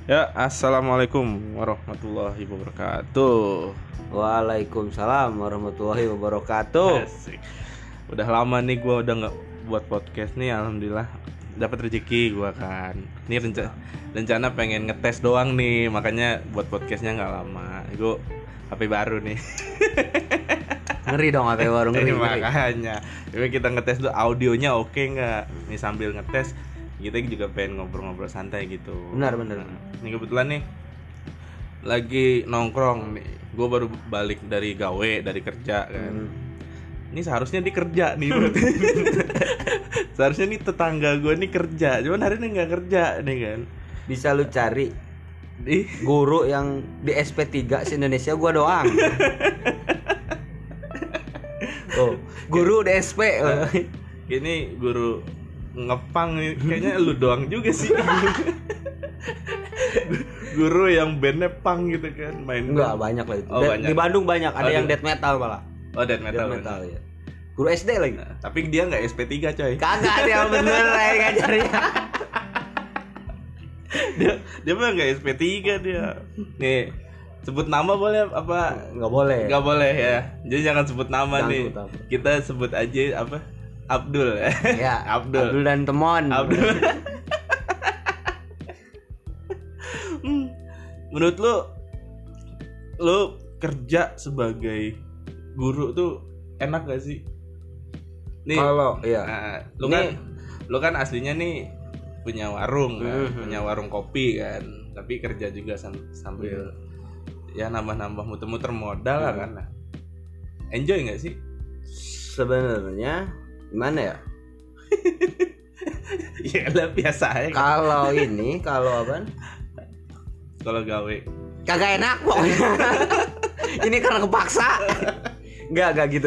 Ya, assalamualaikum warahmatullahi wabarakatuh. Waalaikumsalam warahmatullahi wabarakatuh. Asik. Udah lama nih gue udah nggak buat podcast nih, alhamdulillah dapat rezeki gue kan. Ini rencana pengen ngetes doang nih, makanya buat podcastnya nggak lama. Gue HP baru nih. Ngeri dong apa baru ngeri. Makanya, jadi kita ngetes dulu audionya oke nggak. Nih sambil ngetes kita juga pengen ngobrol-ngobrol santai gitu. Benar. Ini kebetulan nih lagi nongkrong nih. Gue baru balik dari dari kerja kan. Ini seharusnya dia kerja nih. Seharusnya nih tetangga gue nih kerja, cuman hari ini nggak kerja nih kan. Bisa lu cari Ih, guru yang di SP3 se-Indonesia gua doang. Oh, guru di SP. ini guru ngepang nih. Kayaknya lu doang juga sih. Guru yang bandnya pang gitu kan, main Enggak banyak lah itu. Oh, banyak. Di Bandung banyak, ada Oh, yang death metal malah. Oh, death metal. Ya. Guru SD lagi. Nah, tapi dia nggak SP3 coy. Kagak dia bener ngajarnya. dia mah nggak SP3 dia. Nih, sebut nama boleh apa? Enggak boleh. Nggak boleh ya. Jadi jangan sebut nama Jangan nih. sebut nama. Kita sebut aja apa? Abdul. Ya, Abdul dan Temon. Abdul. Menurut lu kerja sebagai guru tuh enak gak sih? Nih, Kalau iya. nah, Ini- lu kan aslinya nih punya warung kan, punya warung kopi kan, tapi kerja juga sambil ya nambah-nambah muter-muter modal lah kan. Nah, enjoy nggak sih? Sebenarnya gimana ya? Ya lah biasa aja kan. Kalau apa? Kalau gawe. Kagak enak pokoknya. Ini karena kepaksa. Enggak gitu.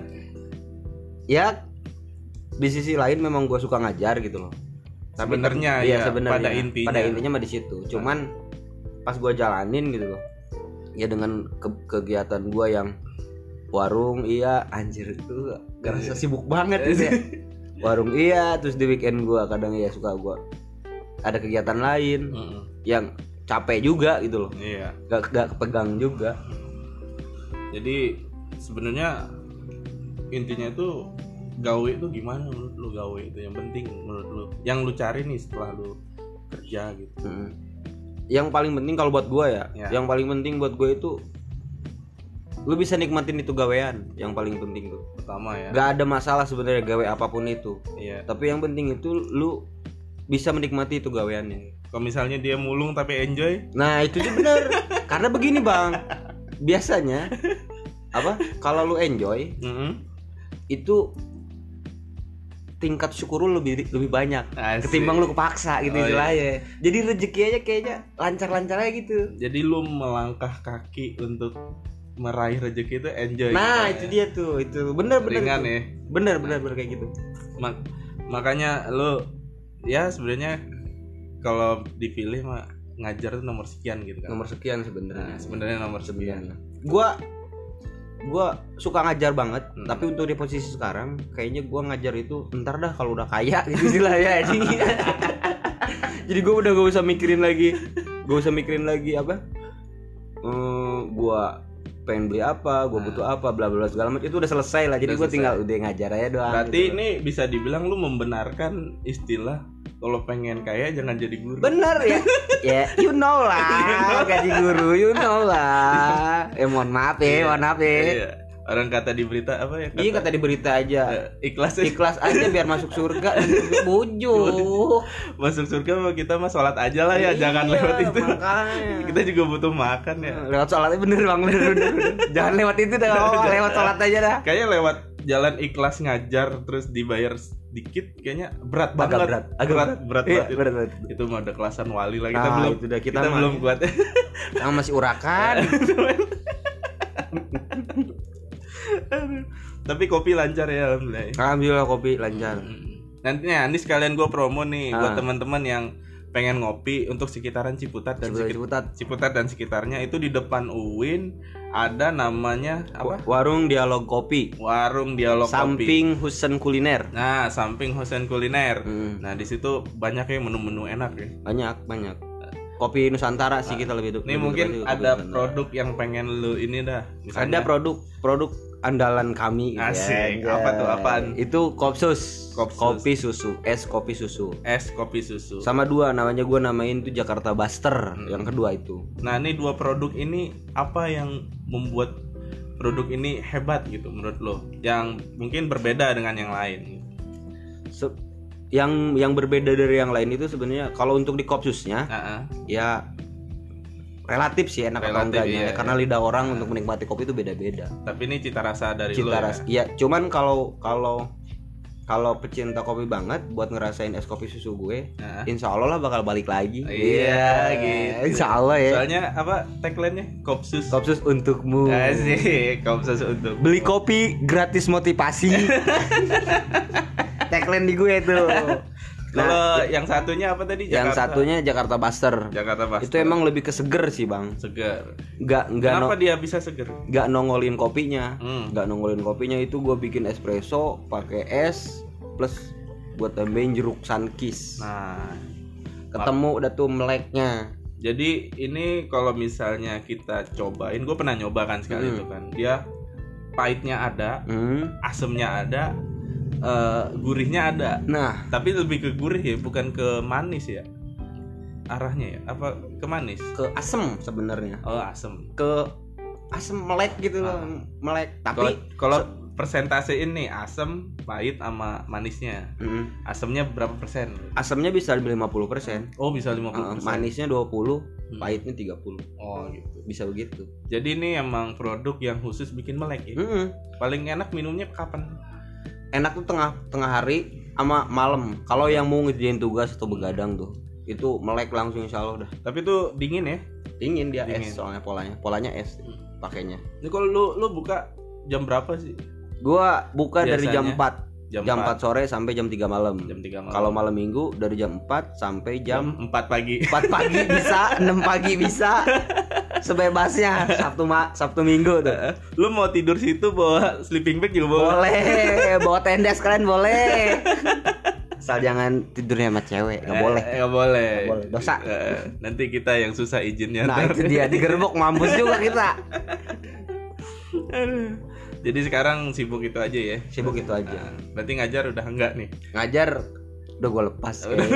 Ya di sisi lain memang gue suka ngajar gitu loh. Sebenarnya iya, ya, pada intinya mah di situ. Cuman pas gue jalanin gitu loh. Ya dengan kegiatan gue yang warung anjir itu ngerasa sibuk banget gitu ya. Warung terus di weekend gue kadang suka gue ada kegiatan lain yang capek juga gitu loh. Iya. Gak kepegang juga. Jadi sebenarnya intinya itu gawe itu gimana menurut lu? Gawe itu yang penting menurut lu, yang lu cari nih setelah lu kerja gitu. Yang paling penting kalau buat gue ya, yang paling penting buat gue itu lu bisa nikmatin itu gawean. Yang paling penting tuh Pertama ya. gak ada masalah sebenarnya gawe apapun itu. Iya. Tapi yang penting itu lu bisa menikmati itu gaweannya. Kalau misalnya dia mulung tapi enjoy, Nah itu juga bener. Karena begini bang, biasanya kalau lu enjoy itu tingkat syukur lu lebih banyak. Asik. Ketimbang lu kepaksa gitu Oh, iya. istilahnya. Jadi rezeki aja kayaknya lancar-lancar aja gitu. jadi lu melangkah kaki untuk meraih rezeki itu enjoy. Nah gitu itu dia tuh, itu bener Ringan tuh. ya. Bener kayak gitu. Makanya lu ya sebenarnya kalau dipilih mah ngajar tuh nomor sekian gitu kan. Nomor sekian sebenarnya. Nah, sebenarnya nomor sekian. Gua suka ngajar banget, tapi untuk di posisi sekarang kayaknya gua ngajar itu ntar dah kalau udah kaya gitu istilahnya. Jadi gua udah gak usah mikirin lagi apa. Gua pengen beli apa, gua butuh apa, bla bla segala macam itu udah selesai lah. Jadi Udah gua selesai. tinggal udah ngajar aja doang. Berarti gitu. ini bisa dibilang lu membenarkan istilah kalau pengen kaya jangan jadi guru. Bener ya. Ya, you know lah, gaji guru, you know lah. Mohon maaf ya. Iya. Orang kata di berita apa ya? Iya kata di berita aja. Ikhlas Aja biar masuk surga. Bujuk. masuk surga mah kita mah sholat aja lah ya, Iya, jangan lewat itu. makanya. Kita juga butuh makan ya. Lewat sholatnya bener bang. Jangan lewat itu dah. Lewat sholat aja dah. Kayaknya lewat jalan ikhlas ngajar terus dibayar sedikit kayaknya berat banget. Agak berat banget. Iya, berat. Itu mah udah kelasan wali lah, kita Nah, belum itu dah, kita mah. belum kuat. Yang masih urakan. Tapi kopi lancar ya alhamdulillah. Alhamdulillah kopi lancar. Nantinya ini sekalian gue promo nih buat teman-teman yang pengen ngopi untuk sekitaran Ciputat dan Ciputat dan sekitarnya. Itu di depan UIN ada namanya apa? Warung Dialog Kopi. Warung Dialog Kopi. Samping Husen Kuliner. Nah, samping Husen Kuliner. Nah, di situ banyak ya menu-menu enak ya. Banyak. kopi Nusantara sih kita lebih. Nih mungkin ada produk yang pengen lu ini dah. Misalnya. Ada produk andalan kami. Asik. Ya. Apa tuh apaan? Itu Kopsus. Kopi susu. Es kopi susu. Sama 2 namanya, gue namain tuh Jakarta Buster. Yang kedua itu. Nah ini 2 produk ini apa yang membuat produk ini hebat gitu menurut lo? Yang mungkin berbeda dengan yang lain. Yang berbeda dari yang lain itu sebenarnya kalau untuk di Kopsusnya ya relatif sih enak atau enggaknya, karena lidah orang untuk menikmati kopi itu beda-beda. Tapi ini cita rasa dari lo ya? Iya, cuman kalau pecinta kopi banget buat ngerasain es kopi susu gue, insya Allah lah bakal balik lagi. Iya gitu. Insya Allah ya. Soalnya apa tagline-nya? Kopsus untukmu. Asik, Kopsus untuk. Beli kopi gratis motivasi. Tagline di gue tuh. Kalau yang satunya apa tadi? Yang satunya Jakarta Buster. Itu emang lebih ke seger sih bang. Seger. Kenapa dia bisa seger? Gak nongolin kopinya. Gak nongolin kopinya, itu gue bikin espresso pakai es plus buat tambahin jeruk Sunkist. Nah, ketemu udah tuh meleknya. Jadi ini kalau misalnya kita cobain, gue pernah nyoba kan sekali itu kan. Dia pahitnya ada, asemnya ada. Gurihnya ada. Nah, tapi lebih ke gurih ya, bukan ke manis ya. Arahnya ya, apa ke manis? Ke asem sebenarnya. Oh, asem. Ke asem melek gitu loh, melek. Tapi kalau persentase ini asem, pahit sama manisnya. Asemnya berapa persen? Asemnya bisa 50%. Oh, bisa 50%. Manisnya 20, pahitnya 30. Oh, gitu. Bisa begitu. Jadi ini emang produk yang khusus bikin melek ya. Paling enak minumnya kapan? Enak tuh tengah hari sama malam. Kalau yang mau ngerjain tugas atau begadang tuh, itu melek langsung insya Allah dah. Tapi itu dingin ya? Dingin dia, es soalnya polanya es pakainya. Ini kalau lu buka jam berapa sih? Gua buka biasanya dari jam 4. Jam 4 sore sampai jam 3 malam. Kalau malam minggu dari jam 4 sampai jam 4 pagi. 4 pagi bisa, 6 pagi bisa. Sebebasnya. Sabtu Minggu tuh. Lu mau tidur situ bawa sleeping bag juga boleh. Boleh, bawa tenda sekalian boleh. Asal jangan tidurnya sama cewek, enggak boleh. Enggak boleh. Dosa. Nanti kita yang susah izinnya. Nah, itu dia digerebek mampus juga kita. Jadi sekarang sibuk itu aja ya? Sibuk itu aja. Berarti ngajar udah enggak nih? Ngajar udah gue lepas kayaknya.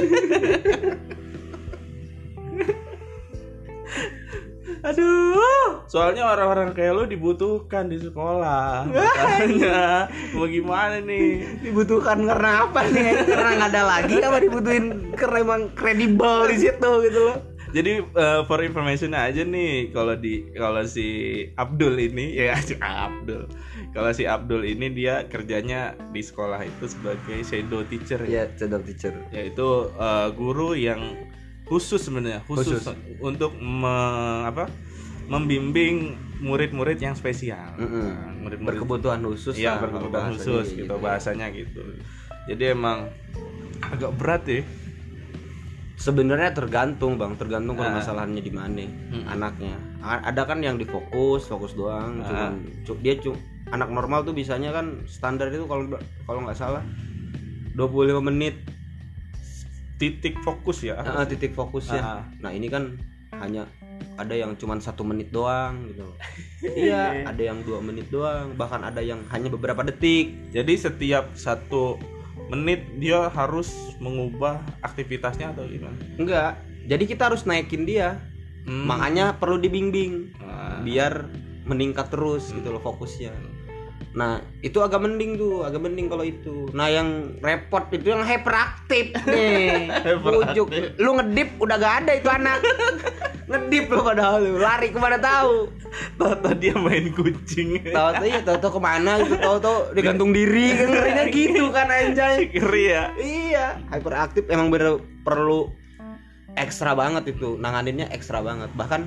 Aduh, soalnya orang-orang kayak lu dibutuhkan di sekolah. Makanya mau gimana nih? Dibutuhkan karena apa nih? Karena nggak ada lagi apa dibutuhin? Karena emang kredibel di situ gitu loh. Jadi for information aja nih, kalau si Abdul ini ya kalau si Abdul ini dia kerjanya di sekolah itu sebagai shadow teacher. Iya, shadow teacher. Yaitu guru yang khusus sebenarnya khusus untuk membimbing murid-murid yang spesial. Murid-murid berkebutuhan khusus. Iya, berkebutuhan khusus gitu bahasanya gitu. Jadi emang agak berat ya. Sebenarnya tergantung permasalahannya di mana anaknya. Ada kan yang difokus doang, dia anak normal tuh bisanya kan standar itu kalau nggak salah 25 menit titik fokus ya. Titik fokusnya. Nah, ini kan hanya ada yang cuma 1 menit doang gitu. Iya, ada yang 2 menit doang, bahkan ada yang hanya beberapa detik. Jadi setiap 1 menit dia harus mengubah aktivitasnya atau gimana? Enggak. Jadi kita harus naikin dia. Makanya perlu dibimbing biar meningkat terus gitu loh fokusnya. Nah, itu agak mending kalau itu. Nah, yang repot itu yang hyperaktif nih. Pucuk. Lu ngedip udah gak ada itu anak. Ngedip lu padahal lu lari kemana tahu. Tahu dia main kucing. Tahu kemana gitu, tahu dia gantung diri kan, ngerinya gitu kan anjay. Ngeri ya. Iya, hyperaktif emang bener perlu ekstra banget itu, nanganinnya ekstra banget. Bahkan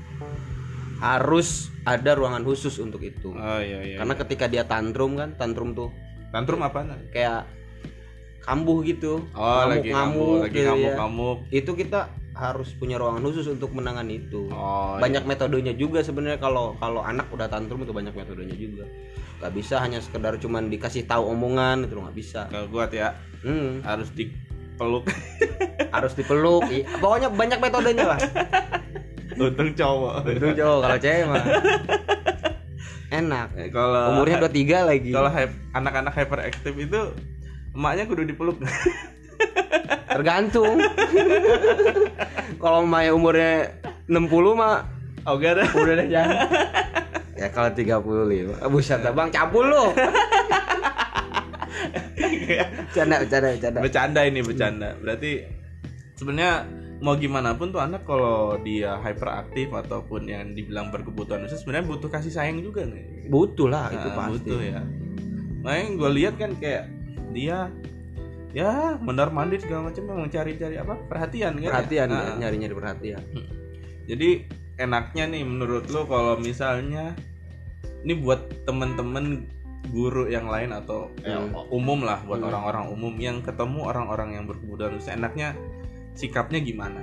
harus ada ruangan khusus untuk itu. Oh iya. Karena ketika dia tantrum tuh. Tantrum apa? Kayak kambuh gitu. Oh, lagi ngamuk. Itu kita harus punya ruangan khusus untuk menangani itu. Oh, banyak metodenya juga sebenarnya. Kalau anak udah tantrum itu banyak metodenya juga. Gak bisa hanya sekedar cuman dikasih tahu omongan itu nggak bisa. Kalau gua ya harus peluk. Harus dipeluk. Pokoknya banyak metodenya lah. Untung cowok. Itu cowok, kalau cewek mah enak. Kalau Umurnya 23 lagi. Kalau anak-anak hyperaktif itu emaknya kudu dipeluk. Tergantung. Kalau emaknya umurnya 60 mah Oke dah. udah deh jangan. Ya kalau 35. Buset Bang, cabul lu. Bercanda. Bercanda. Berarti sebenarnya mau gimana pun tuh anak kalau dia hyperaktif ataupun yang dibilang berkebutuhan khusus sebenarnya butuh kasih sayang juga nih. Butuh lah, itu pasti. Butuh ya. Makanya gue lihat kan kayak dia ya mondar mandir segala macam memang cari-cari apa perhatian kan. Perhatian ya? Nyari-nyari perhatian. Jadi enaknya nih menurut lo kalau misalnya ini buat temen-temen guru yang lain atau umum lah buat orang-orang umum yang ketemu orang-orang yang berkebutuhan khusus, enaknya sikapnya gimana?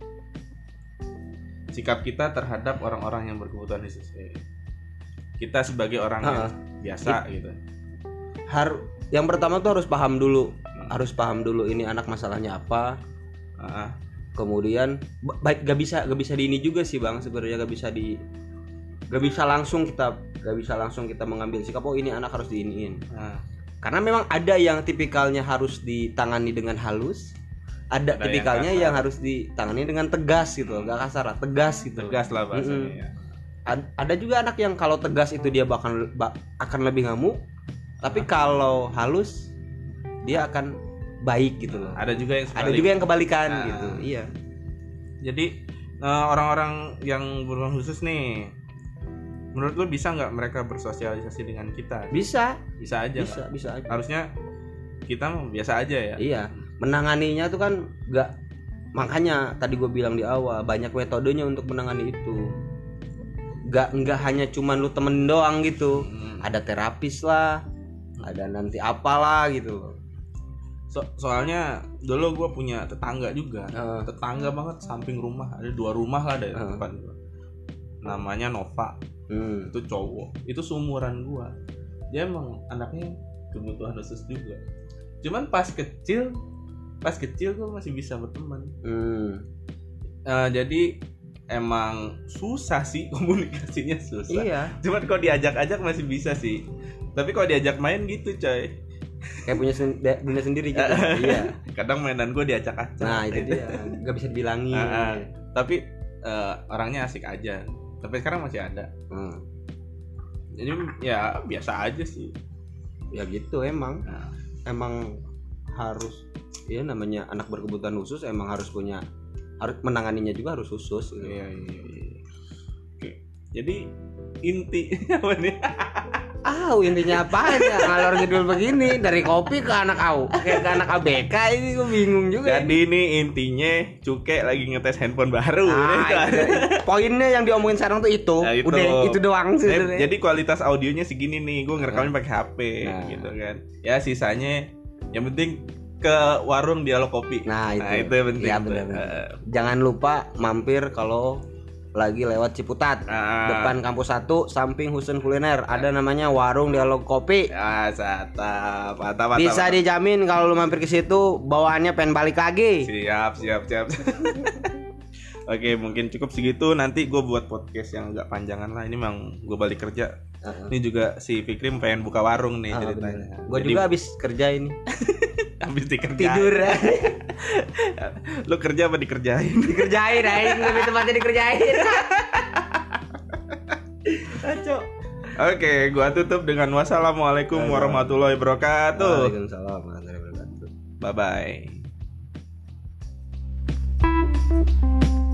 Sikap kita terhadap orang-orang yang berkebutuhan khusus. Kita sebagai orang yang biasa gitu. Yang pertama tuh harus paham dulu. Harus paham dulu ini anak masalahnya apa. Kemudian gak bisa di ini juga sih Bang, sebenarnya gak bisa langsung kita mengambil sikap ini anak harus diiniin. Karena memang ada yang tipikalnya harus ditangani dengan halus, ada tipikalnya yang harus ditangani dengan tegas gitu, gak kasar, tegas gitu. Tegas lah bahasanya. Ada juga anak yang kalau tegas itu dia akan lebih ngamuk, tapi kalau halus dia akan baik gitu loh. Ada juga yang kebalikan gitu. Iya. Jadi orang-orang yang berkebutuhan khusus nih, menurut lu bisa nggak mereka bersosialisasi dengan kita? Bisa aja. Bisa aja. Harusnya kita biasa aja ya. Iya. Menanganinya tuh kan nggak, makanya tadi gue bilang di awal banyak metodenya untuk menangani itu. Nggak hanya cuman lu temen doang gitu. Ada terapis lah, ada nanti apalah gitu. Soalnya dulu gue punya tetangga juga, tetangga banget samping rumah, ada 2 rumah lah dari depan gue. Namanya Nova, itu cowok, itu seumuran gue. Dia emang anaknya kebutuhan khusus juga. Cuman pas kecil gue masih bisa berteman. Jadi emang susah sih komunikasinya susah. Iya. Cuman kalau diajak-ajak masih bisa sih. Tapi kalau diajak main gitu coy. Kayak punya dunia sendiri gitu. Iya. Kadang mainan gue diacak-acak. Nah itu dia, nggak bisa dibilangin. Tapi orangnya asik aja. Tapi sekarang masih ada. Jadi ya biasa aja sih. Ya gitu emang. Emang harus, ya namanya anak berkebutuhan khusus emang harus menanganinya juga harus khusus. Gitu. Iya. Oke. Jadi inti apa nih? Intinya apa ya ngalor ngidul begini dari kopi ke anak anak ABK, ini gue bingung juga. Jadi ini intinya Cuke lagi ngetes handphone baru. Poinnya yang diomongin sekarang tuh itu. Nah, udah itu doang sih. Jadi kualitas audionya segini nih, gue ngerekamnya pakai HP gitu kan. Ya sisanya yang penting ke warung Dialog Kopi. Nah itu penting. Ya, jangan lupa mampir kalau lagi lewat Ciputat, depan kampus 1 samping Husen Kuliner, ada namanya warung Dialog Kopi. Mantap. Bisa dijamin kalau lu mampir ke situ bawaannya pengen balik lagi. Siap. Oke, mungkin cukup segitu. Nanti gue buat podcast yang agak panjangan lah. Ini memang gue balik kerja. Ini juga si Fikri pengen buka warung nih ceritanya. Gue juga habis kerja ini. Habis dikerjain. Tidur. Lu kerja apa dikerjain? Dikerjain, lebih tepatnya dikerjain. Aco. Oke, gua tutup dengan wassalamualaikum warahmatullahi wabarakatuh. Waalaikumsalam warahmatullahi wabarakatuh. Bye bye.